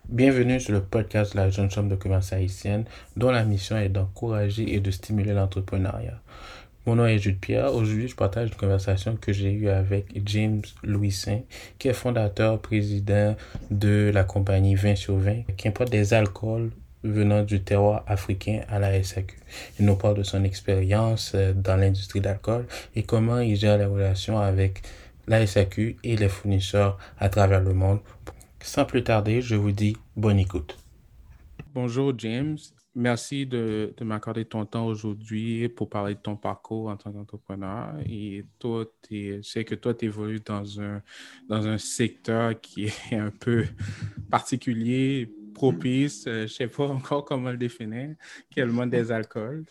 Bienvenue sur le podcast de la Jeune Chambre de commerce haïtienne, dont la mission est d'encourager et de stimuler l'entrepreneuriat. Mon nom est Jude Pierre. Aujourd'hui, je partage une conversation que j'ai eue avec James Louis Saint, qui est fondateur, président de la compagnie 20 sur 20, qui importe des alcools venant du terroir africain à la SAQ. Il nous parle de son expérience dans l'industrie d'alcool et comment il gère les relations avec la SAQ et les fournisseurs à travers le monde. Sans plus tarder, je vous dis bonne écoute. Bonjour James, merci de m'accorder ton temps aujourd'hui pour parler de ton parcours en tant qu'entrepreneur. Et toi, je sais que toi, tu évolues dans un secteur qui est un peu particulier, propice, je ne sais pas encore comment le définir, qui est le monde des alcools.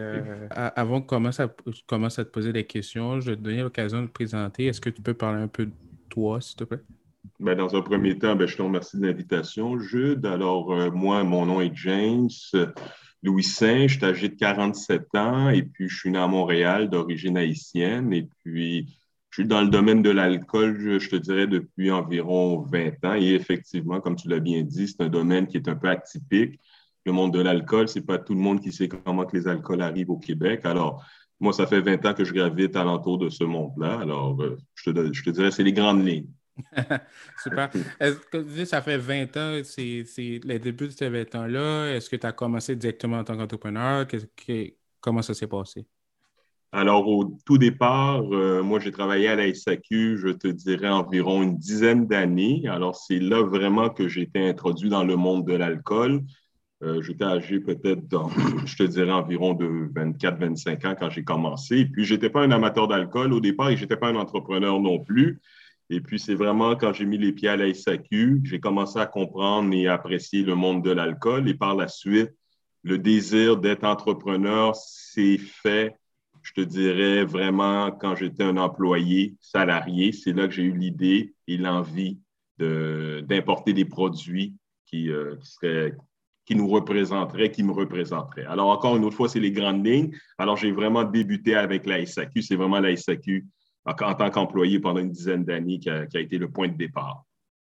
Avant que je commence à te poser des questions, je vais te donner l'occasion de te présenter. Est-ce que tu peux parler un peu de toi, s'il te plaît? Dans un premier temps, je te remercie de l'invitation, Jude. Alors, moi, mon nom est James Louis Saint, je suis âgé de 47 ans et puis je suis né à Montréal d'origine haïtienne. Et puis, je suis dans le domaine de l'alcool, je te dirais, depuis environ 20 ans. Et effectivement, comme tu l'as bien dit, c'est un domaine qui est un peu atypique. Le monde de l'alcool, c'est pas tout le monde qui sait comment que les alcools arrivent au Québec. Alors, moi, ça fait 20 ans que je gravite alentour de ce monde-là. Alors, je te dirais, c'est les grandes lignes. Super. Est-ce que tu dis, ça fait 20 ans, c'est les débuts de ces 20 ans-là. Est-ce que tu as commencé directement en tant qu'entrepreneur? Comment ça s'est passé? Alors, au tout départ, moi, j'ai travaillé à la SAQ, je te dirais environ une dizaine d'années. Alors, c'est là vraiment que j'ai été introduit dans le monde de l'alcool. J'étais âgé peut-être je te dirais, environ de 24-25 ans quand j'ai commencé. Et puis, je n'étais pas un amateur d'alcool au départ et je n'étais pas un entrepreneur non plus. Et puis, c'est vraiment quand j'ai mis les pieds à la SAQ, j'ai commencé à comprendre et apprécier le monde de l'alcool. Et par la suite, le désir d'être entrepreneur s'est fait, je te dirais, vraiment quand j'étais un employé salarié. C'est là que j'ai eu l'idée et l'envie d'importer des produits qui nous représenteraient, qui me représenteraient. Alors, encore une autre fois, c'est les grandes lignes. Alors, j'ai vraiment débuté avec la SAQ. C'est vraiment la SAQ en tant qu'employé pendant une dizaine d'années qui a été le point de départ.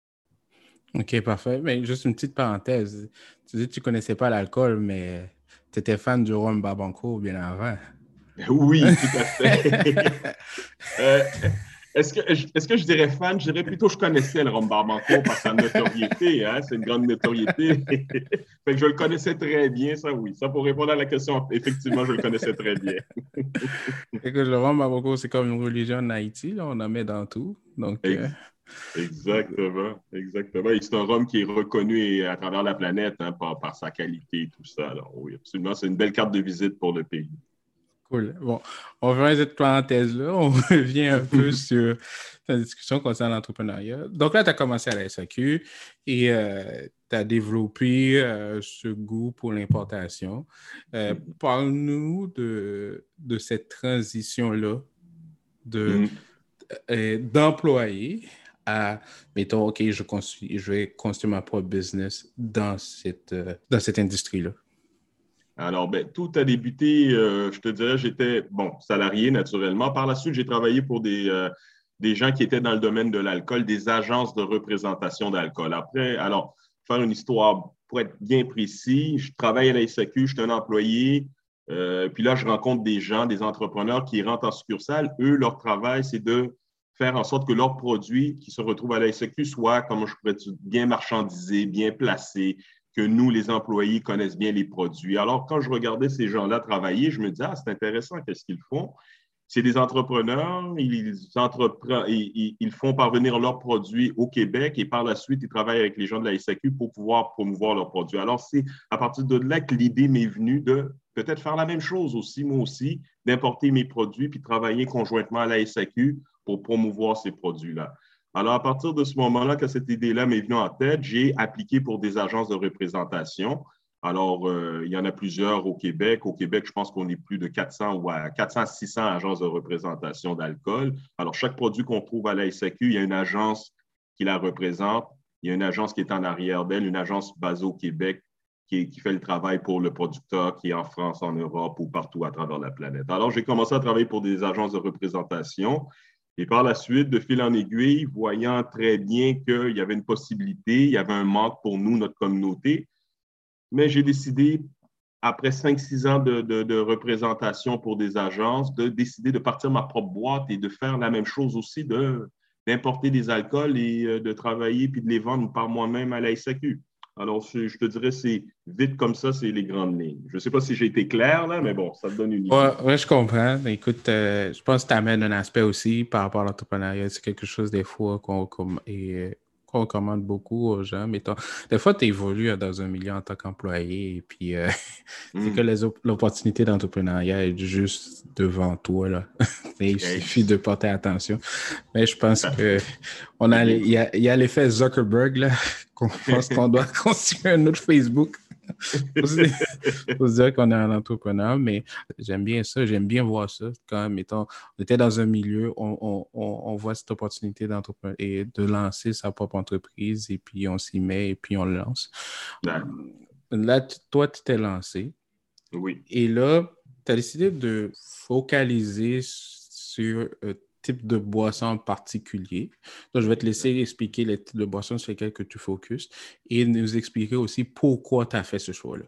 OK, parfait. Mais juste une petite parenthèse. Tu dis que tu ne connaissais pas l'alcool, mais tu étais fan du rhum Babanco bien avant. Oui, tout à fait. Euh, est-ce que je dirais fan? Je dirais plutôt que je connaissais le rhum Barbancourt par sa notoriété. Hein? C'est une grande notoriété. Fait que je le connaissais très bien, ça oui. Ça, pour répondre à la question, effectivement, je le connaissais très bien. Écoute, le rhum Babanco, c'est comme une religion en Haïti, là, on en met dans tout. Donc, Ex- Exactement, exactement. Et c'est un rhum qui est reconnu à travers la planète hein, par sa qualité et tout ça. Alors oui, absolument, c'est une belle carte de visite pour le pays. cool. Bon, on rejoint cette parenthèse-là. On revient un peu sur ta discussion concernant l'entrepreneuriat. Donc là, tu as commencé à la SAQ et tu as développé ce goût pour l'importation. Parle-nous de cette transition-là Mhm. d'employé à, mettons, OK, je vais construire ma propre business dans cette industrie-là. Alors, tout a débuté, je te dirais, j'étais, bon, salarié naturellement. Par la suite, j'ai travaillé pour des gens qui étaient dans le domaine de l'alcool, des agences de représentation d'alcool. Après, alors, faire une histoire pour être bien précis, je travaille à la SAQ, je suis un employé, puis là, je rencontre des gens, des entrepreneurs qui rentrent en succursale. Eux, leur travail, c'est de faire en sorte que leurs produits qui se retrouvent à la SAQ soient, comme je pourrais dire, bien marchandisés, bien placés, que nous, les employés, connaissent bien les produits. Alors, quand je regardais ces gens-là travailler, je me disais, ah, c'est intéressant, qu'est-ce qu'ils font? C'est des entrepreneurs, ils font parvenir leurs produits au Québec et par la suite, ils travaillent avec les gens de la SAQ pour pouvoir promouvoir leurs produits. Alors, c'est à partir de là que l'idée m'est venue de peut-être faire la même chose aussi, moi aussi, d'importer mes produits puis travailler conjointement à la SAQ pour promouvoir ces produits-là. Alors, à partir de ce moment-là, que cette idée-là m'est venue en tête, j'ai appliqué pour des agences de représentation. Alors, il y en a plusieurs au Québec. Au Québec, je pense qu'on est plus de 400 ou à 400 à 600 agences de représentation d'alcool. Alors, chaque produit qu'on trouve à la SAQ, il y a une agence qui la représente. Il y a une agence qui est en arrière d'elle, une agence basée au Québec qui fait le travail pour le producteur qui est en France, en Europe ou partout à travers la planète. Alors, j'ai commencé à travailler pour des agences de représentation. Et par la suite, de fil en aiguille, voyant très bien qu'il y avait une possibilité, il y avait un manque pour nous, notre communauté, mais j'ai décidé, après 5, 6 ans de représentation pour des agences, de décider de partir ma propre boîte et de faire la même chose aussi, d'importer des alcools et de travailler puis de les vendre par moi-même à la SAQ. Alors, je te dirais, c'est vite comme ça, c'est les grandes lignes. Je ne sais pas si j'ai été clair, là, mais bon, ça te donne une idée. Ouais, je comprends. Écoute, je pense que tu amènes un aspect aussi par rapport à l'entrepreneuriat. C'est quelque chose des fois qu'on recommande beaucoup aux gens. Mais des fois, tu évolues dans un milieu en tant qu'employé et puis c'est que Hum. l'opportunité d'entrepreneuriat est juste devant toi, là. Et il suffit de porter attention. Mais je pense que C'est bien dit. il y a l'effet Zuckerberg, là, qu'on pense qu'on doit construire un autre Facebook. Faut se dire qu'on est un entrepreneur, mais j'aime bien ça, j'aime bien voir ça. Quand, mettons, on était dans un milieu, on voit cette opportunité d'entreprendre et de lancer sa propre entreprise, et puis on s'y met, et puis on le lance. D'accord. Là, toi, tu t'es lancé, Oui. et là, tu as décidé de focaliser sur un type de boisson en particulier. Donc, je vais te laisser expliquer les types de boissons sur lesquelles que tu focuses et nous expliquer aussi pourquoi tu as fait ce choix-là.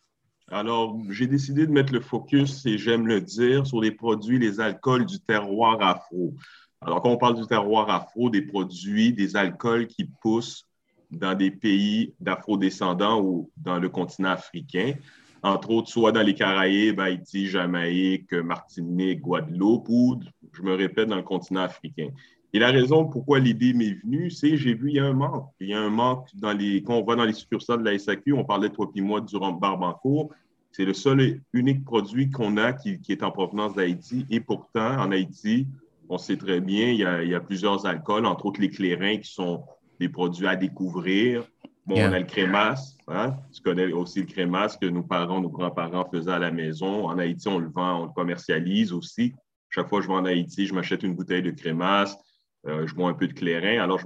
Alors, j'ai décidé de mettre le focus, et j'aime le dire, sur les produits, les alcools du terroir afro. Alors, quand on parle du terroir afro, des produits, des alcools qui poussent dans des pays d'afro-descendants ou dans le continent africain, entre autres, soit dans les Caraïbes, Haïti, Jamaïque, Martinique, Guadeloupe, ou, je me répète, dans le continent africain. Et la raison pourquoi l'idée m'est venue, c'est que j'ai vu, il y a un manque. Il y a un manque quand on va dans les succursales de la SAQ, on parlait toi et moi du rhum Barbancourt. C'est le seul et unique produit qu'on a qui est en provenance d'Haïti. Et pourtant, en Haïti, on sait très bien, il y a plusieurs alcools, entre autres les clairins, qui sont des produits à découvrir. Bon, on Yeah. a le crémasse, hein? Tu connais aussi le crémasse que nos parents, nos grands-parents faisaient à la maison. En Haïti, on le vend, on le commercialise aussi. Chaque fois que je vais en Haïti, je m'achète une bouteille de crémasse, je bois un peu de clairin. Alors,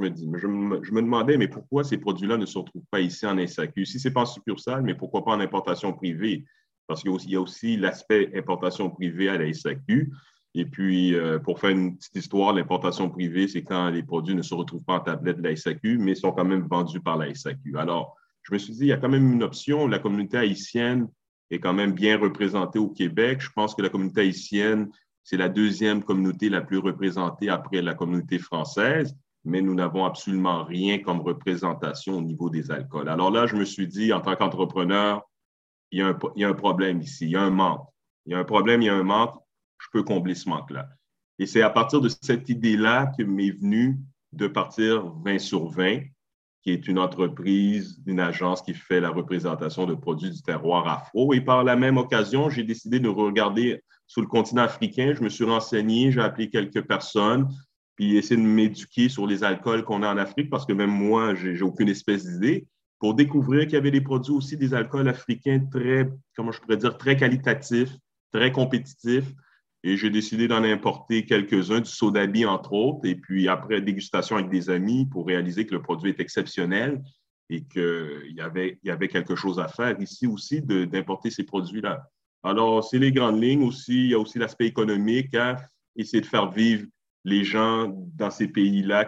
je me demandais, mais pourquoi ces produits-là ne se retrouvent pas ici en SAQ? Si ce n'est pas en succursale, mais pourquoi pas en importation privée? Parce qu'il y a aussi l'aspect importation privée à la SAQ. Et puis, pour faire une petite histoire, l'importation privée, c'est quand les produits ne se retrouvent pas en tablette de la SAQ, mais sont quand même vendus par la SAQ. Alors, je me suis dit, il y a quand même une option. La communauté haïtienne est quand même bien représentée au Québec. Je pense que la communauté haïtienne, c'est la deuxième communauté la plus représentée après la communauté française, mais nous n'avons absolument rien comme représentation au niveau des alcools. Alors là, je me suis dit, en tant qu'entrepreneur, il y a un problème ici, il y a un manque. Il y a un problème, il y a un manque, je peux combler ce manque-là. Et c'est à partir de cette idée-là que m'est venue de partir 20 sur 20, qui est une entreprise, une agence qui fait la représentation de produits du terroir afro. Et par la même occasion, j'ai décidé de regarder sur le continent africain. Je me suis renseigné, j'ai appelé quelques personnes, puis essayé de m'éduquer sur les alcools qu'on a en Afrique, parce que même moi, j'ai aucune espèce d'idée, pour découvrir qu'il y avait des produits aussi, des alcools africains très, comment je pourrais dire, très qualitatifs, très compétitifs. Et j'ai décidé d'en importer quelques-uns, du Sodabi entre autres, et puis après dégustation avec des amis pour réaliser que le produit est exceptionnel et qu'il y avait quelque chose à faire ici aussi d'importer ces produits-là. Alors, c'est les grandes lignes aussi. Il y a aussi l'aspect économique, hein, essayer de faire vivre les gens dans ces pays-là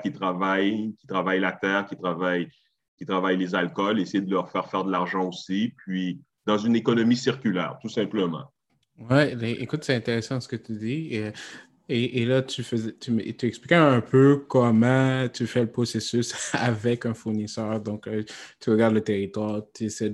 qui travaillent la terre, qui travaillent les alcools, essayer de leur faire faire de l'argent aussi, puis dans une économie circulaire, tout simplement. Ouais, écoute, c'est intéressant ce que tu dis. Et là, tu expliquais un peu comment tu fais le processus avec un fournisseur. Donc, tu regardes le territoire,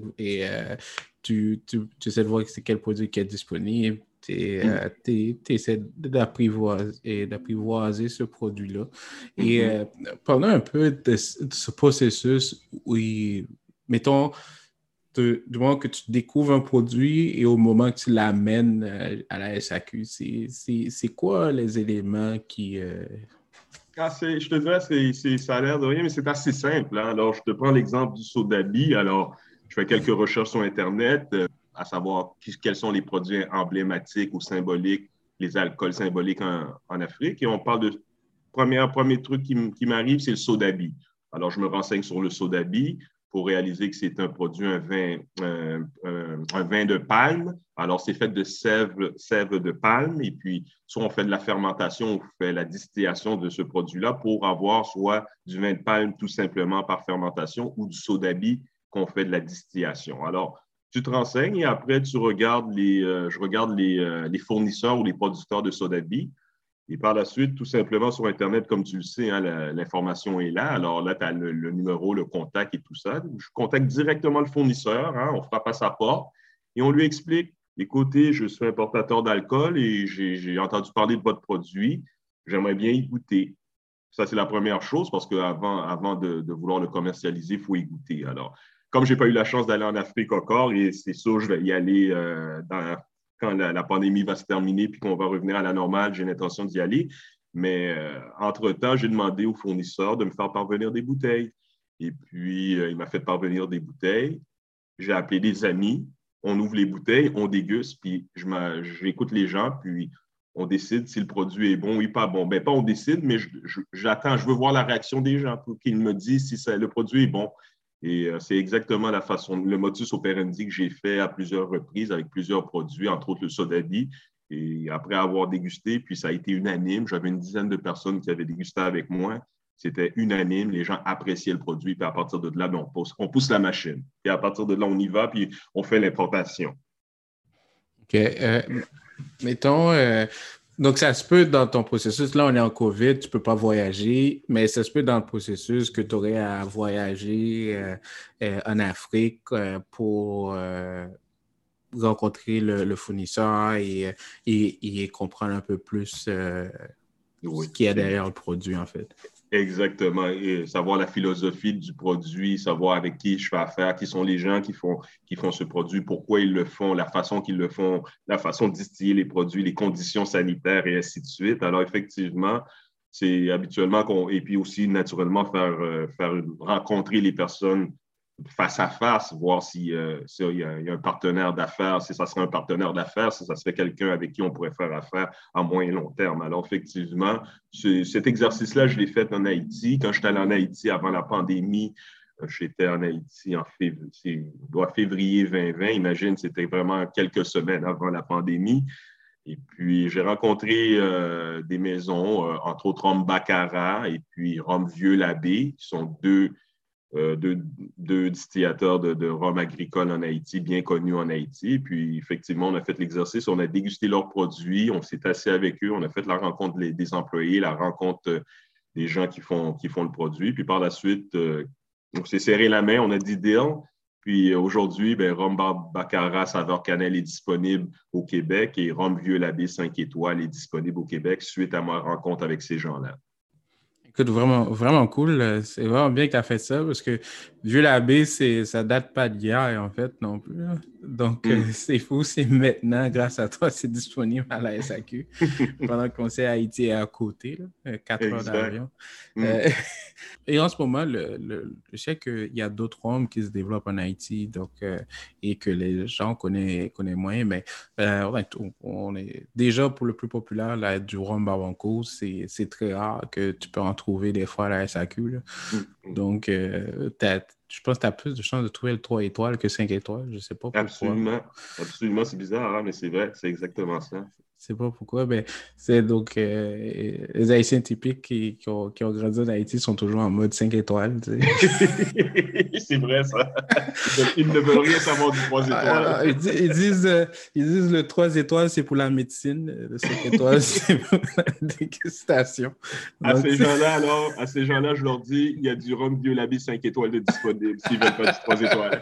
tu essaies de voir c'est quel produit qui est disponible. Tu essaies d'apprivoiser ce produit-là. Et Mm-hmm. parlons un peu de ce processus où, mettons, du moment que tu découvres un produit et au moment que tu l'amènes à la SAQ, c'est quoi les éléments qui... Je te dirais, ça a l'air de rien, mais c'est assez simple, hein. Alors, je te prends l'exemple du Sodabi. Alors, je fais quelques recherches sur Internet, à savoir quels sont les produits emblématiques ou symboliques, les alcools symboliques en Afrique. Et on parle de premier truc qui m'arrive, c'est le Sodabi. Alors, je me renseigne sur le Sodabi. pour réaliser que c'est un produit, un vin de palme. Alors, c'est fait de sève de palme et puis soit on fait de la fermentation ou on fait la distillation de ce produit-là pour avoir soit du vin de palme tout simplement par fermentation ou du sodabi qu'on fait de la distillation. Alors, tu te renseignes et après, je regarde les fournisseurs ou les producteurs de sodabi. Et par la suite, tout simplement sur Internet, comme tu le sais, hein, l'information est là. Alors là, tu as le numéro, le contact et tout ça. Je contacte directement le fournisseur, hein, on frappe à sa porte et on lui explique, écoutez, je suis importateur d'alcool et j'ai entendu parler de votre produit. J'aimerais bien y goûter. Ça, c'est la première chose parce qu'avant de vouloir le commercialiser, il faut y goûter. Alors, comme je n'ai pas eu la chance d'aller en Afrique encore, et c'est sûr, je vais y aller quand la pandémie va se terminer puis qu'on va revenir à la normale, j'ai l'intention d'y aller. Mais entre-temps, j'ai demandé au fournisseur de me faire parvenir des bouteilles. Et puis, il m'a fait parvenir des bouteilles. J'ai appelé des amis. On ouvre les bouteilles, on déguste, puis j'écoute les gens, puis on décide si le produit est bon ou pas bon. Ben, pas on décide, mais j'attends, je veux voir la réaction des gens pour qu'ils me disent si le produit est bon. Et c'est exactement le modus operandi que j'ai fait à plusieurs reprises avec plusieurs produits, entre autres le Sodabi. Et après avoir dégusté, puis ça a été unanime. J'avais une dizaine de personnes qui avaient dégusté avec moi. C'était unanime. Les gens appréciaient le produit. Puis à partir de là, on pousse la machine. Puis à partir de là, on y va, puis on fait l'importation. OK. Mettons, donc ça se peut dans ton processus, là on est en COVID, tu ne peux pas voyager, mais ça se peut dans le processus que tu aurais à voyager en Afrique pour rencontrer le fournisseur et comprendre un peu plus ce Oui, qu'il y a derrière le produit en fait. exactement. Et savoir la philosophie du produit, savoir avec qui je fais affaire, qui sont les gens qui font ce produit, pourquoi ils le font, la façon qu'ils le font, la façon de distiller les produits, les conditions sanitaires et ainsi de suite. Alors, effectivement, c'est habituellement et puis aussi naturellement faire rencontrer les personnes face à face, voir s'il y a un partenaire d'affaires, si ça serait un partenaire d'affaires, si ça serait quelqu'un avec qui on pourrait faire affaire à moyen et long terme. Alors, effectivement, cet exercice-là, je l'ai fait en Haïti. Quand j'étais allé en Haïti avant la pandémie, j'étais en Haïti en février 2020. Imagine, c'était vraiment quelques semaines avant la pandémie. Et puis, j'ai rencontré des maisons, entre autres Rome Baccarat et puis Rome Vieux-Labbé, qui sont deux distillateurs de rhum agricole en Haïti, bien connus en Haïti. Puis, effectivement, on a fait l'exercice, on a dégusté leurs produits, on s'est assis avec eux, on a fait la rencontre des employés, la rencontre des gens qui font le produit. Puis, par la suite, on s'est serré la main, on a dit deal. Puis aujourd'hui, ben, Rhum Baccarat saveur cannelle est disponible au Québec et Rhum Vieux-Labbé 5 étoiles est disponible au Québec suite à ma rencontre avec ces gens-là. Écoute, vraiment, vraiment cool. C'est vraiment bien que tu as fait ça parce que Vieux-Labbé, ça date pas d'hier en fait non plus. Donc, c'est fou, c'est maintenant, grâce à toi, c'est disponible à la SAQ. Pendant qu'on sait Haïti est à côté, là, 4 heures Exact. d'avion. Et en ce moment, je sais qu'il y a d'autres rhums qui se développent en Haïti et que les gens connaissent moins, mais on est déjà pour le plus populaire, là, du rhum Barbancourt, c'est très rare que tu peux en trouver des fois à la SAQ. Là. Donc, je pense que tu as plus de chances de trouver le 3 étoiles que 5 étoiles. Je ne sais pas pourquoi. Absolument. Absolument, c'est bizarre, hein, mais c'est vrai, c'est exactement ça. Je ne sais pas pourquoi, mais c'est donc les Haïtiens typiques qui ont grandi en Haïti sont toujours en mode 5 étoiles. Tu sais. C'est vrai, ça. Ils ne veulent rien savoir du 3 étoiles. Ils disent le 3 étoiles, c'est pour la médecine. Le 5 étoiles, c'est pour la dégustation. À ces gens-là, je leur dis, il y a du rhum Vieux-Labbé 5 étoiles de disponible s'ils ne veulent pas du 3 étoiles.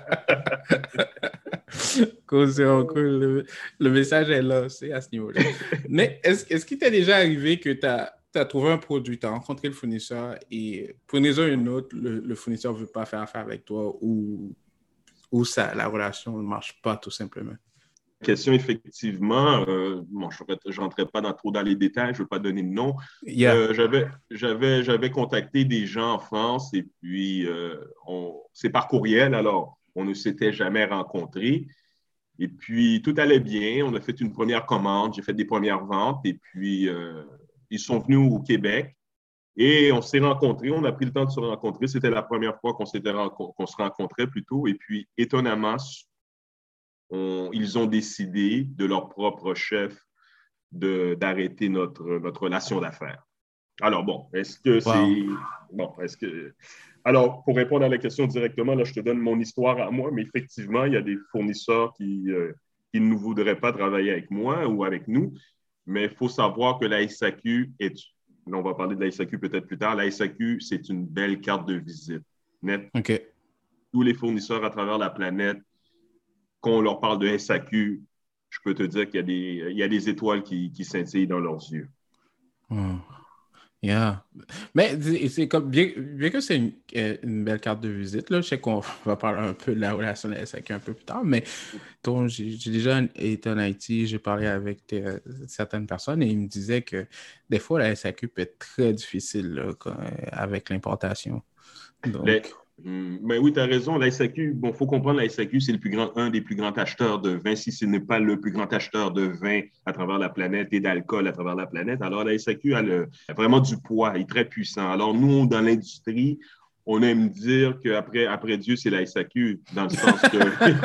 Cool, c'est cool. Le message est là, c'est à ce niveau-là. Mais est-ce qu'il t'est déjà arrivé que tu as trouvé un produit, tu as rencontré le fournisseur et pour une raison ou une autre, le fournisseur ne veut pas faire affaire avec toi ou la relation ne marche pas tout simplement? Question, effectivement, je ne rentrerai pas trop dans les détails, je ne veux pas donner de nom. Yeah. J'avais contacté des gens en France et puis c'est par courriel, alors on ne s'était jamais rencontrés. Et puis tout allait bien, on a fait une première commande, j'ai fait des premières ventes et puis ils sont venus au Québec. Et on s'est rencontrés, on a pris le temps de se rencontrer. C'était la première fois qu'on se rencontrait plutôt. Et puis, étonnamment, ils ont décidé de leur propre chef d'arrêter notre relation d'affaires. Alors, bon, est-ce que Wow. c'est. Bon, est-ce que. Alors, pour répondre à la question directement, là, je te donne mon histoire à moi, mais effectivement, il y a des fournisseurs qui ne voudraient pas travailler avec moi ou avec nous, mais il faut savoir que la SAQ est. On va parler de la SAQ peut-être plus tard. La SAQ, c'est une belle carte de visite. Net. OK. Tous les fournisseurs à travers la planète, quand on leur parle de SAQ, je peux te dire qu'il y a des étoiles qui scintillent dans leurs yeux. Hmm. Yeah. Mais c'est comme, bien que c'est une belle carte de visite, là, je sais qu'on va parler un peu de la relation de la SAQ un peu plus tard, mais j'ai déjà été en Haïti, j'ai parlé avec certaines personnes et ils me disaient que des fois, la SAQ peut être très difficile là, avec l'importation. Les, Donc, mais oui, tu as raison. La SAQ, bon, il faut comprendre, la SAQ, c'est un des plus grands acheteurs de vin, si ce n'est pas le plus grand acheteur de vin à travers la planète et d'alcool à travers la planète. Alors, la SAQ a vraiment du poids, elle est très puissant. Alors, nous, dans l'industrie, on aime dire qu'après Dieu, c'est la SAQ, dans le sens que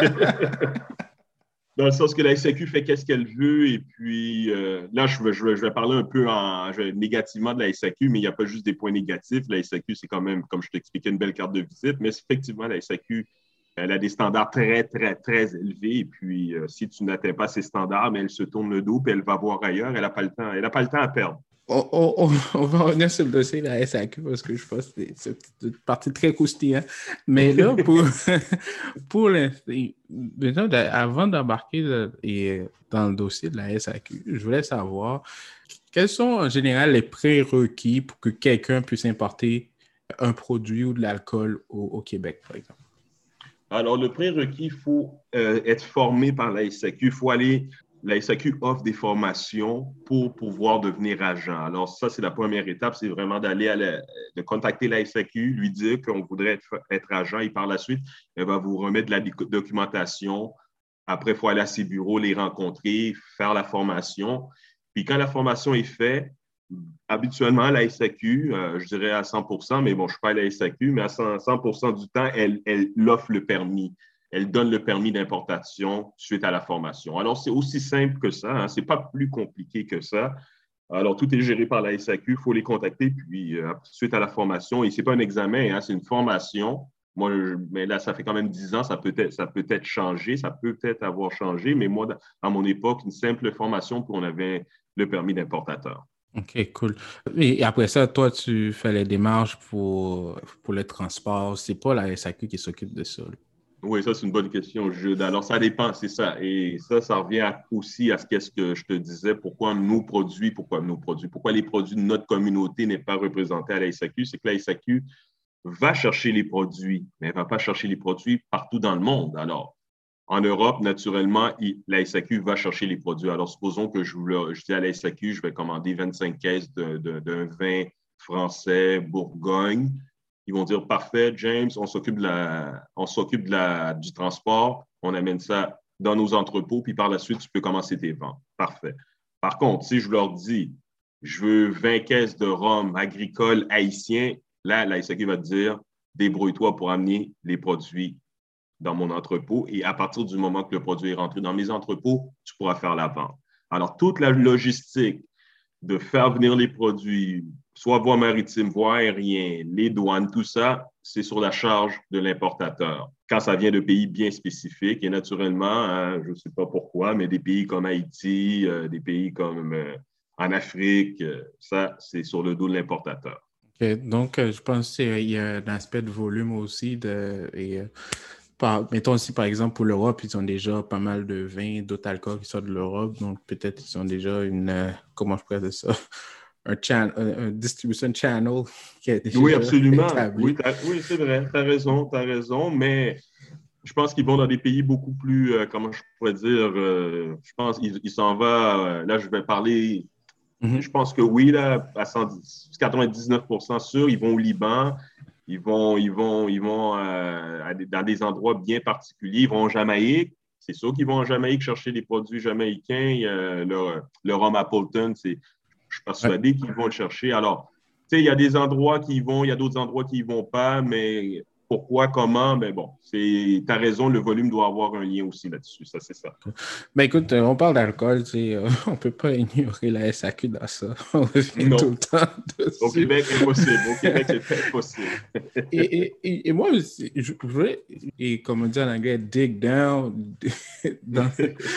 dans le sens que la SAQ fait qu'est-ce qu'elle veut. Et puis, là, je vais parler un peu négativement de la SAQ, mais il n'y a pas juste des points négatifs. La SAQ, c'est quand même, comme je t'expliquais, une belle carte de visite. Mais effectivement, la SAQ, elle a des standards très, très, très élevés. Et puis, si tu n'atteins pas ces standards, mais elle se tourne le dos puis elle va voir ailleurs. Elle n'a pas le temps. Elle n'a pas le temps à perdre. on va revenir sur le dossier de la SAQ parce que je pense que c'est une partie très croustillante. Mais là, pour maintenant, avant d'embarquer dans le dossier de la SAQ, je voulais savoir quels sont en général les prérequis pour que quelqu'un puisse importer un produit ou de l'alcool au Québec, par exemple. Alors, le prérequis, il faut être formé par la SAQ. La SAQ offre des formations pour pouvoir devenir agent. Alors, ça, c'est la première étape, c'est vraiment de contacter la SAQ, lui dire qu'on voudrait être agent et par la suite, elle va vous remettre de la documentation. Après, il faut aller à ses bureaux, les rencontrer, faire la formation. Puis quand la formation est faite, habituellement, la SAQ, je dirais à 100 mais bon, je ne suis pas à la SAQ, mais à 100 du temps, elle offre le permis. Elle donne le permis d'importation suite à la formation. Alors, c'est aussi simple que ça. Hein, ce n'est pas plus compliqué que ça. Alors, tout est géré par la SAQ. Il faut les contacter, puis suite à la formation, et ce n'est pas un examen, hein, c'est une formation. Moi, mais là, ça fait quand même 10 ans, ça peut être changé, ça peut peut-être avoir changé, mais moi, à mon époque, une simple formation, puis on avait le permis d'importateur. OK, cool. Et après ça, toi, tu fais les démarches pour le transport. C'est pas la SAQ qui s'occupe de ça, là. Oui, ça, c'est une bonne question, Jude. Alors, ça dépend, c'est ça. Et ça revient aussi à ce que je te disais, pourquoi les produits de notre communauté n'est pas représentés à la SAQ, c'est que la SAQ va chercher les produits, mais elle ne va pas chercher les produits partout dans le monde. Alors, en Europe, naturellement, la SAQ va chercher les produits. Alors, supposons que je dis à la SAQ, je vais commander 25 caisses d'un vin français Bourgogne. Ils vont dire, parfait, James, on s'occupe du transport, on amène ça dans nos entrepôts, puis par la suite, tu peux commencer tes ventes. Parfait. Par contre, si je leur dis, je veux 20 caisses de rhum agricole haïtien, là, la SAQ va te dire, débrouille-toi pour amener les produits dans mon entrepôt. Et à partir du moment que le produit est rentré dans mes entrepôts, tu pourras faire la vente. Alors, toute la logistique de faire venir les produits, soit voie maritime, voie aérienne, les douanes, tout ça, c'est sur la charge de l'importateur. Quand ça vient de pays bien spécifiques, et naturellement, hein, je ne sais pas pourquoi, mais des pays comme Haïti, des pays comme en Afrique, ça, c'est sur le dos de l'importateur. OK, donc, je pense qu'il y a un aspect de volume aussi. Mettons aussi, par exemple, pour l'Europe, ils ont déjà pas mal de vins, d'autres alcools qui sortent de l'Europe. Donc, peut-être qu'ils ont déjà comment je pourrais dire ça, un distribution channel qui est Oui, déjà absolument. établi. Oui, c'est vrai. Tu as raison, mais je pense qu'ils vont dans des pays beaucoup plus, comment je pourrais dire, je pense qu'ils s'en vont, là, je vais parler, je Mhm. pense que oui, là, à 99% sûr, ils vont au Liban, ils vont dans des endroits bien particuliers, ils vont en Jamaïque. C'est sûr qu'ils vont en Jamaïque chercher des produits jamaïcains. Le rhum Appleton, je suis Ouais. persuadé qu'ils vont le chercher. Alors, sais, il y a des endroits qui y vont, il y a d'autres endroits qui y vont pas, mais pourquoi, comment, mais bon, tu as raison, le volume doit avoir un lien aussi là-dessus, ça, c'est ça. Ben écoute, on parle d'alcool, tu sais, on peut pas ignorer la SAQ dans ça. On revient tout le Non, temps au dessus. Québec, impossible. Au Québec, c'est impossible. Et moi aussi, je voulais, et comme on dit en anglais, dig down dans,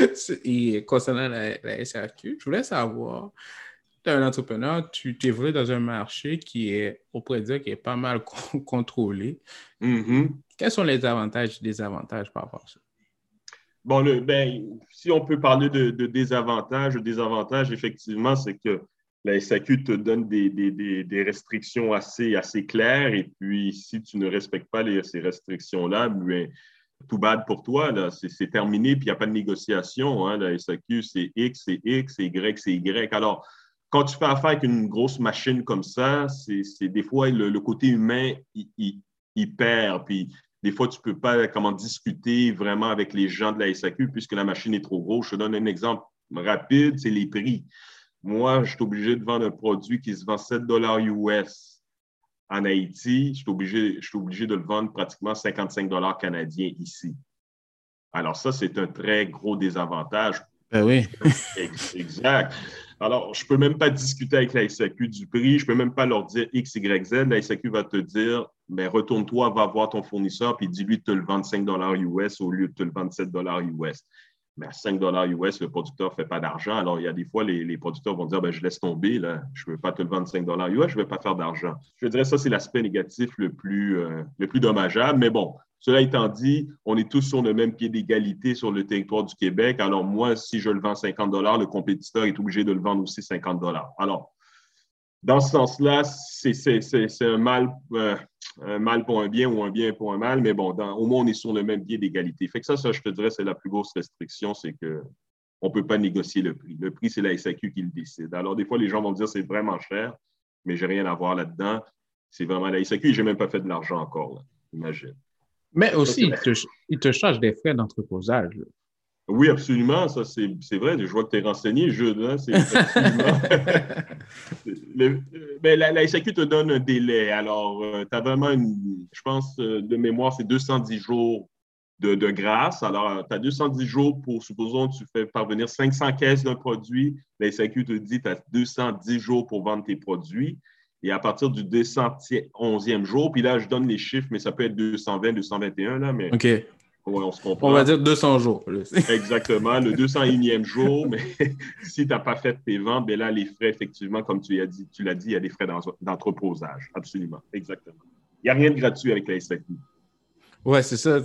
et concernant la SAQ, je voulais savoir, tu es un entrepreneur, tu évolues dans un marché qui est, on pourrait dire, qui est pas mal contrôlé. Mhm. Quels sont les avantages et désavantages par rapport à ça? Bon, si on peut parler de désavantages, le désavantage, effectivement, c'est que la SAQ te donne des restrictions assez claires. Et puis, si tu ne respectes pas ces restrictions-là, ben, tout bad pour toi, là, c'est terminé, puis il n'y a pas de négociation. Hein, la SAQ, c'est X, c'est X, c'est Y, c'est Y. Alors, quand tu fais affaire avec une grosse machine comme ça, c'est des fois le côté humain, il perd. Puis, des fois, tu ne peux pas comment discuter vraiment avec les gens de la SAQ puisque la machine est trop grosse. Je te donne un exemple rapide, c'est les prix. Moi, je suis obligé de vendre un produit qui se vend 7 US en Haïti. Je suis obligé de le vendre pratiquement 55 canadiens ici. Alors ça, c'est un très gros désavantage. Ben oui. Exact. Alors, je ne peux même pas discuter avec la SAQ du prix. Je ne peux même pas leur dire X, Y, Z. La SAQ va te dire, mais retourne-toi, va voir ton fournisseur, puis dis-lui de te le vendre 5 US au lieu de te le vendre 7 US. Mais à 5 US, le producteur ne fait pas d'argent. Alors, il y a des fois, les producteurs vont dire, ben, je laisse tomber, là. Je ne veux pas te le vendre 5 US, je ne vais pas faire d'argent. Je dirais que ça, c'est l'aspect négatif le plus dommageable. Mais bon, cela étant dit, on est tous sur le même pied d'égalité sur le territoire du Québec. Alors, moi, si je le vends 50 le compétiteur est obligé de le vendre aussi 50 Alors, dans ce sens-là, c'est un mal pour un bien ou un bien pour un mal, mais bon, au moins, on est sur le même pied d'égalité. Fait que ça, je te dirais, c'est la plus grosse restriction, c'est qu'on ne peut pas négocier le prix. Le prix, c'est la SAQ qui le décide. Alors, des fois, les gens vont me dire c'est vraiment cher, mais je n'ai rien à voir là-dedans. C'est vraiment la SAQ et je n'ai même pas fait de l'argent encore, là. Imagine. Mais Ça, aussi, il te charge des frais d'entreposage. Oui, absolument. Ça, c'est vrai. Je vois que tu es renseigné, Jude. Hein? C'est absolument. Ben, la SAQ te donne un délai. Alors, tu as vraiment je pense, de mémoire, c'est 210 jours de grâce. Alors, tu as 210 jours pour, supposons, tu fais parvenir 500 caisses d'un produit. La SAQ te dit que tu as 210 jours pour vendre tes produits. Et à partir du 211e jour, puis là, je donne les chiffres, mais ça peut être 220, 221, là, mais OK. ouais, on se On va comprend. dire 200 jours. Exactement, le 201e jour, mais si tu n'as pas fait tes ventes, bien là, les frais, effectivement, comme tu l'as dit, il y a des frais d'entreposage. Absolument, exactement. Il n'y a rien de gratuit avec la SAQ. Ouais, c'est ça.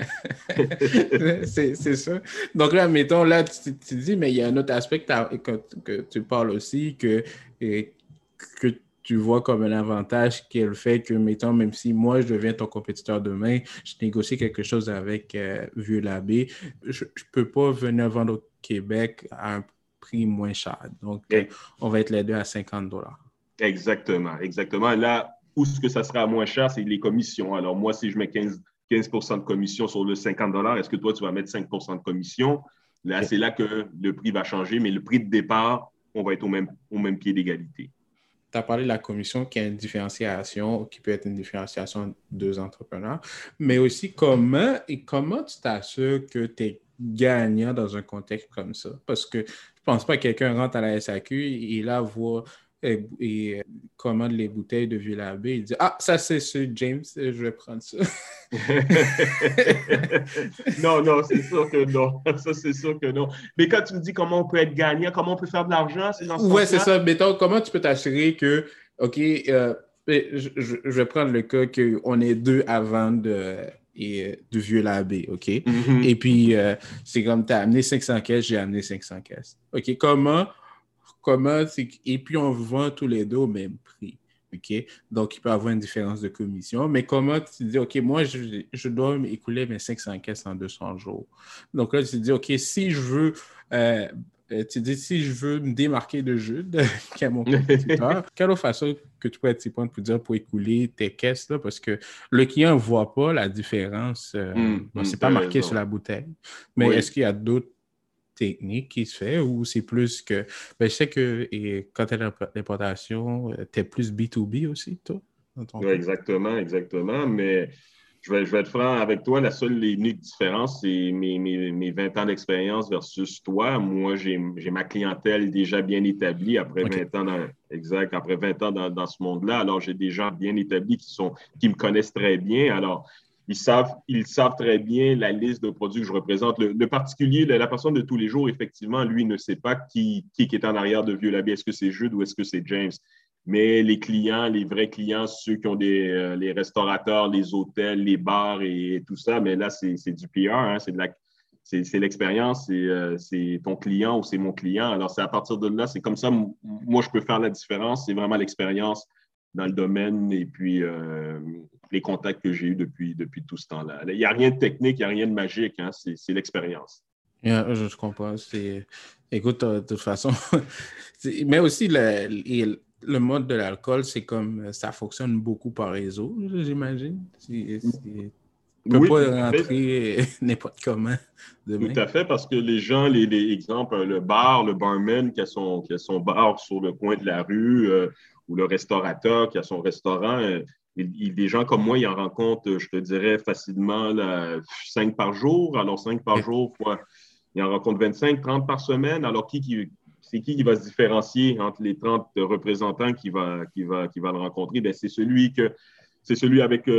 C'est ça. Donc là, mettons, là, tu dis, mais il y a un autre aspect que tu parles aussi, que tu vois comme un avantage, qui est le fait que, mettons, même si moi, je deviens ton compétiteur demain, je négocie quelque chose avec Vieux Labé, je ne peux pas venir vendre au Québec à un prix moins cher. Donc, on va être les deux à 50 $. Exactement, exactement. Là, où ce que ça sera moins cher, c'est les commissions. Alors, moi, si je mets 15 de commission sur le 50 est-ce que toi, tu vas mettre 5 de commission? Là, c'est là que le prix va changer, mais le prix de départ, on va être au même pied d'égalité. Tu as parlé de la commission qui a une différenciation, qui peut être une différenciation entre deux entrepreneurs, mais aussi comment tu t'assures que tu es gagnant dans un contexte comme ça? Parce que je ne pense pas que quelqu'un rentre à la SAQ et là voit et commande les bouteilles de Vieux Labé et dit « Ah, ça c'est ce James, je vais prendre ça. » Non, non, c'est sûr que non. Ça, c'est sûr que non. Mais quand tu me dis comment on peut être gagnant, comment on peut faire de l'argent, c'est dans ce Ouais, c'est sens-là? ça. Mettons, comment tu peux t'assurer que, OK, je vais prendre le cas qu'on est deux à vendre du Vieux Labé, OK? Et Mhm. puis, c'est comme tu as amené 500 caisses, j'ai amené 500 caisses. OK, et puis on vend tous les deux au même prix. OK? Donc, il peut y avoir une différence de commission. Mais comment tu dis, OK, moi, je dois écouler mes 500 caisses en 200 jours. Donc là, tu te dis, OK, si je veux tu dis, si je veux me démarquer de Jude, qui est mon compétiteur, quelle autre façon que tu peux t'y prendre pour écouler tes caisses, là, parce que le client ne voit pas la différence. Bon, c'est Tu pas as marqué sur raison. la bouteille, mais est-ce Oui. qu'il y a d'autres technique qui se fait ou c'est plus que... Ben, je sais que quand tu es dans l'importation, tu es plus B2B aussi, toi, dans ton Oui, cas? exactement. Mais je vais être franc avec toi. La seule et unique différence, c'est mes 20 ans d'expérience versus toi. Moi, j'ai ma clientèle déjà bien établie après OK. 20 ans après 20 ans dans ce monde-là. Alors, j'ai des gens bien établis qui me connaissent très bien. Alors, ils savent très bien la liste de produits que je représente. Le particulier, la personne de tous les jours, effectivement, lui ne sait pas qui est en arrière de Vieux Labé. Est-ce que c'est Jude ou est-ce que c'est James? Mais les clients, les vrais clients, ceux qui ont les restaurateurs, les hôtels, les bars et tout ça, mais là, c'est du PR, hein, c'est l'expérience, c'est ton client ou c'est mon client. Alors, c'est à partir de là, c'est comme ça, moi, je peux faire la différence. C'est vraiment l'expérience dans le domaine et puis les contacts que j'ai eus depuis tout ce temps-là. Il n'y a rien de technique, il n'y a rien de magique, hein, c'est l'expérience. Yeah, je comprends. Écoute, de toute façon, mais aussi le mode de l'alcool, c'est comme ça fonctionne beaucoup par réseau, j'imagine. Tu peux Oui, tout pas à fait. rentrer n'importe comment Tout demain. à fait, parce que les gens, exemples, le barman qui a son bar sur le coin de la rue, ou le restaurateur qui a son restaurant, des gens comme moi, ils en rencontrent, je te dirais, facilement 5 par jour. Alors, 5 par Ok. jour, ils en rencontrent 25, 30 par semaine. Alors, c'est qui va se différencier entre les 30 représentants qui va le rencontrer? Bien, c'est celui avec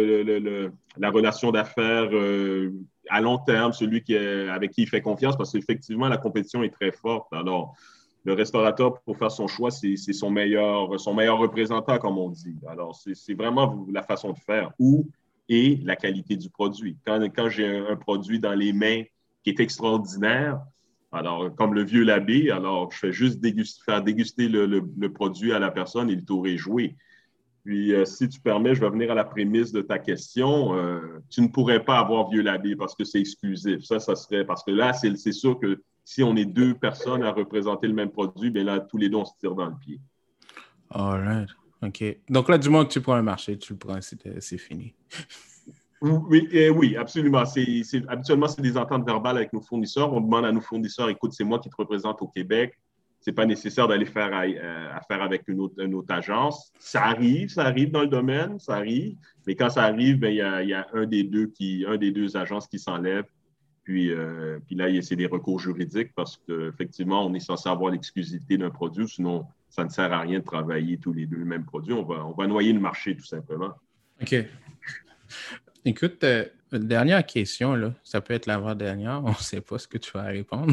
la relation d'affaires à long terme, avec qui il fait confiance, parce qu'effectivement, la compétition est très forte. Alors, le restaurateur, pour faire son choix, c'est son meilleur représentant, comme on dit. Alors, c'est vraiment la façon de faire et la qualité du produit. Quand j'ai un produit dans les mains qui est extraordinaire, alors, comme le vieux Labé, alors je fais juste faire déguster le produit à la personne et le tour est joué. Puis, si tu permets, je vais venir à la prémisse de ta question. Tu ne pourrais pas avoir Vieux Labé parce que c'est exclusif. Ça serait parce que là, c'est sûr que si on est deux personnes à représenter le même produit, bien là, tous les deux, on se tire dans le pied. All right. OK. Donc là, du moment que tu prends un marché, tu le prends, c'est fini. Oui, oui, absolument. Habituellement, c'est des ententes verbales avec nos fournisseurs. On demande à nos fournisseurs, écoute, c'est moi qui te représente au Québec. C'est pas nécessaire d'aller faire affaire avec une autre agence. Ça arrive dans le domaine, ça arrive. Mais quand ça arrive, ben, il y a un des deux agences qui s'enlève. Puis là, c'est des recours juridiques parce qu'effectivement, on est censé avoir l'exclusivité d'un produit, sinon ça ne sert à rien de travailler tous les deux le même produit. On va noyer le marché, tout simplement. OK. Écoute, dernière question, là, ça peut être l'avant-dernière, on ne sait pas ce que tu vas répondre.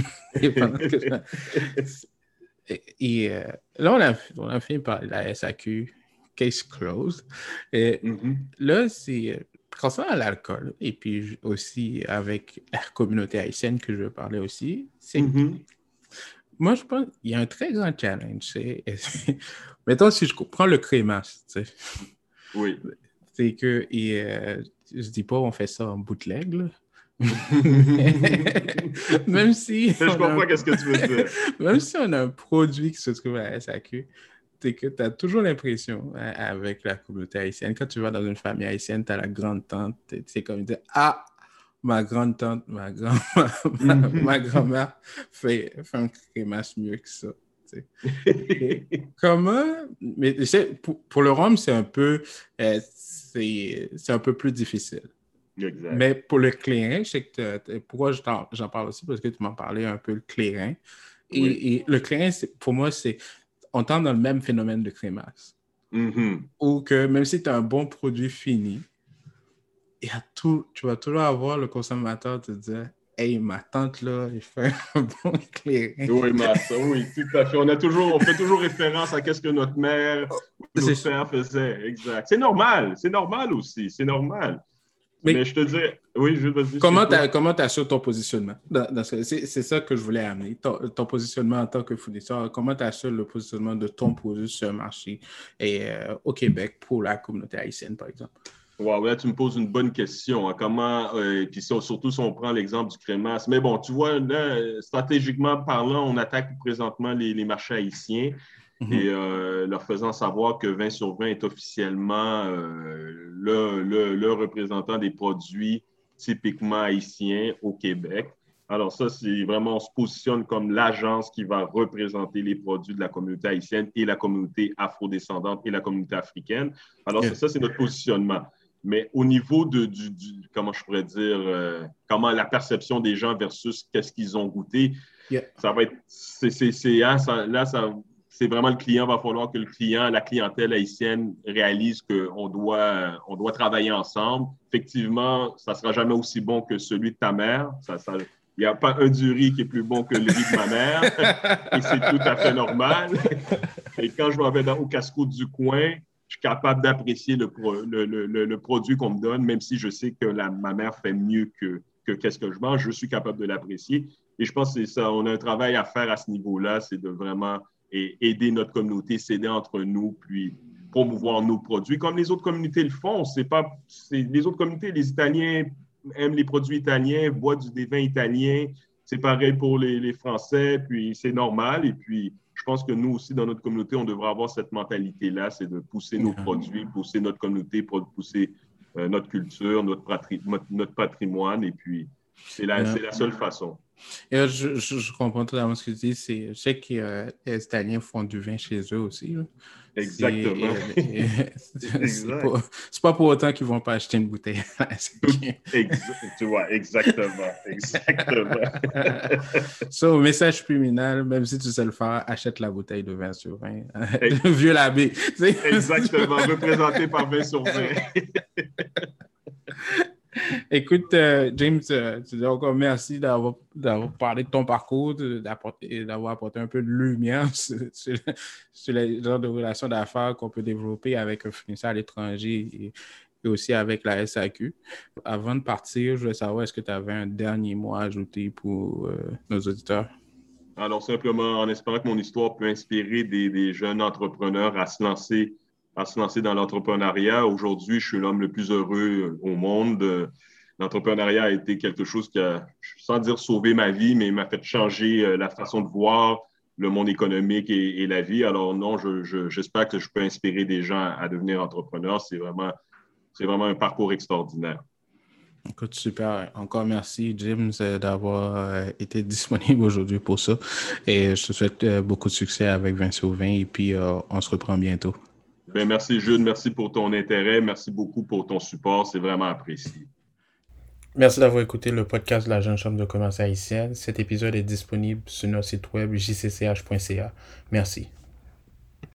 Là, on a fini par la SAQ, case closed. Et Mhm. là, c'est concernant l'alcool, et puis aussi avec la communauté haïtienne que je veux parler aussi, c'est que Mhm. moi, je pense qu'il y a un très grand challenge. Mettons, si je prends le crémasse, tu sais, Oui. c'est que, je dis pas on fait ça en bootleg, là. Même si Mais je on a un, comprends qu'est-ce que tu veux dire. même si on a un produit qui se trouve à la SAQ, c'est que tu as toujours l'impression, hein, avec la communauté haïtienne, quand tu vas dans une famille haïtienne, tu as la grande-tante, c'est comme dire, ah, ma grande-tante, ma Mhm. grand-mère fait un crémasse mieux que ça. Tu sais. Et comment, mais tu sais, pour le rhum, c'est un peu plus difficile. Exact. Mais pour le clairin, je sais que pourquoi j'en parle aussi, parce que tu m'en parlais un peu le clairin. Oui. Et le clairin, pour moi, on tente dans le même phénomène de crémasse. Mhm. Ou que même si tu as un bon produit fini, tu vas toujours avoir le consommateur te dire, hey, ma tante là, il fait un bon clairin. Oui, Massa, oui, tout à fait. On fait toujours référence à ce que notre mère ou C'est notre ça. père faisait. Exact. C'est normal aussi, c'est normal. Mais Mais je te dirais, oui, Jules, vas-y, comment excuse-moi. tu assures ton positionnement? C'est ça que je voulais amener. Ton positionnement en tant que fournisseur, comment tu assures le positionnement de ton produit sur le marché et, au Québec pour la communauté haïtienne, par exemple? Wow, là, tu me poses une bonne question. Hein. Comment, puis surtout si on prend l'exemple du crémasse. Mais bon, tu vois, là, stratégiquement parlant, on attaque présentement les marchés haïtiens et Mhm. leur faisant savoir que 20 sur 20 est officiellement le représentant des produits typiquement haïtiens au Québec. Alors ça, c'est vraiment, on se positionne comme l'agence qui va représenter les produits de la communauté haïtienne et la communauté afrodescendante et la communauté africaine. Alors Yeah. ça, c'est notre positionnement. Mais au niveau comment je pourrais dire, comment la perception des gens versus qu'est-ce qu'ils ont goûté, Yeah. ça va être, c'est vraiment le client, va falloir que le client, la clientèle haïtienne réalise on doit travailler ensemble. Effectivement, ça ne sera jamais aussi bon que celui de ta mère. Il n'y a pas un du riz qui est plus bon que le riz de ma mère. Et c'est tout à fait normal. Et quand je m'en vais au casse-croûte du coin, je suis capable d'apprécier le produit qu'on me donne, même si je sais que ma mère fait mieux que qu'est-ce que je mange, je suis capable de l'apprécier. Et je pense que c'est ça, on a un travail à faire à ce niveau-là, c'est de vraiment aider notre communauté, s'aider entre nous, puis promouvoir nos produits, comme les autres communautés le font. Les autres communautés, les Italiens aiment les produits italiens, boivent des vins italiens. C'est pareil pour les Français, puis c'est normal. Et puis, je pense que nous aussi, dans notre communauté, on devrait avoir cette mentalité-là, c'est de pousser nos Yeah. produits, pousser notre communauté, pousser notre culture, notre patrimoine. Et puis, Yeah. c'est la seule façon. Et je comprends totalement ce que tu dis. Je sais que les Italiens font du vin chez eux aussi. Là. Exactement. Exact. C'est pas pour autant qu'ils vont pas acheter une bouteille. Tu vois, exactement. Exactement. So, message criminel, même si tu sais le faire, achète la bouteille de 20 sur 20. Ex- Vieux l'abbé. Exactement, représenté par 20 sur 20. Écoute, James, tu dis encore merci d'avoir parlé de ton parcours, d'avoir apporté un peu de lumière sur les genres de relations d'affaires qu'on peut développer avec un fournisseur à l'étranger et aussi avec la SAQ. Avant de partir, je voulais savoir, est-ce que tu avais un dernier mot à ajouter pour nos auditeurs? Alors, simplement en espérant que mon histoire peut inspirer des jeunes entrepreneurs à se lancer dans l'entrepreneuriat. Aujourd'hui, je suis l'homme le plus heureux au monde. L'entrepreneuriat a été quelque chose qui a, sans dire sauvé ma vie, mais m'a fait changer la façon de voir le monde économique et la vie. Alors non, j'espère que je peux inspirer des gens à devenir entrepreneurs. C'est vraiment un parcours extraordinaire. Écoute, super. Encore merci, James, d'avoir été disponible aujourd'hui pour ça. Et je te souhaite beaucoup de succès avec 20 sur 20 et puis on se reprend bientôt. Bien, merci, Jude. Merci pour ton intérêt. Merci beaucoup pour ton support. C'est vraiment apprécié. Merci d'avoir écouté le podcast de la Jeune Chambre de commerce haïtienne. Cet épisode est disponible sur notre site web jcch.ca. Merci.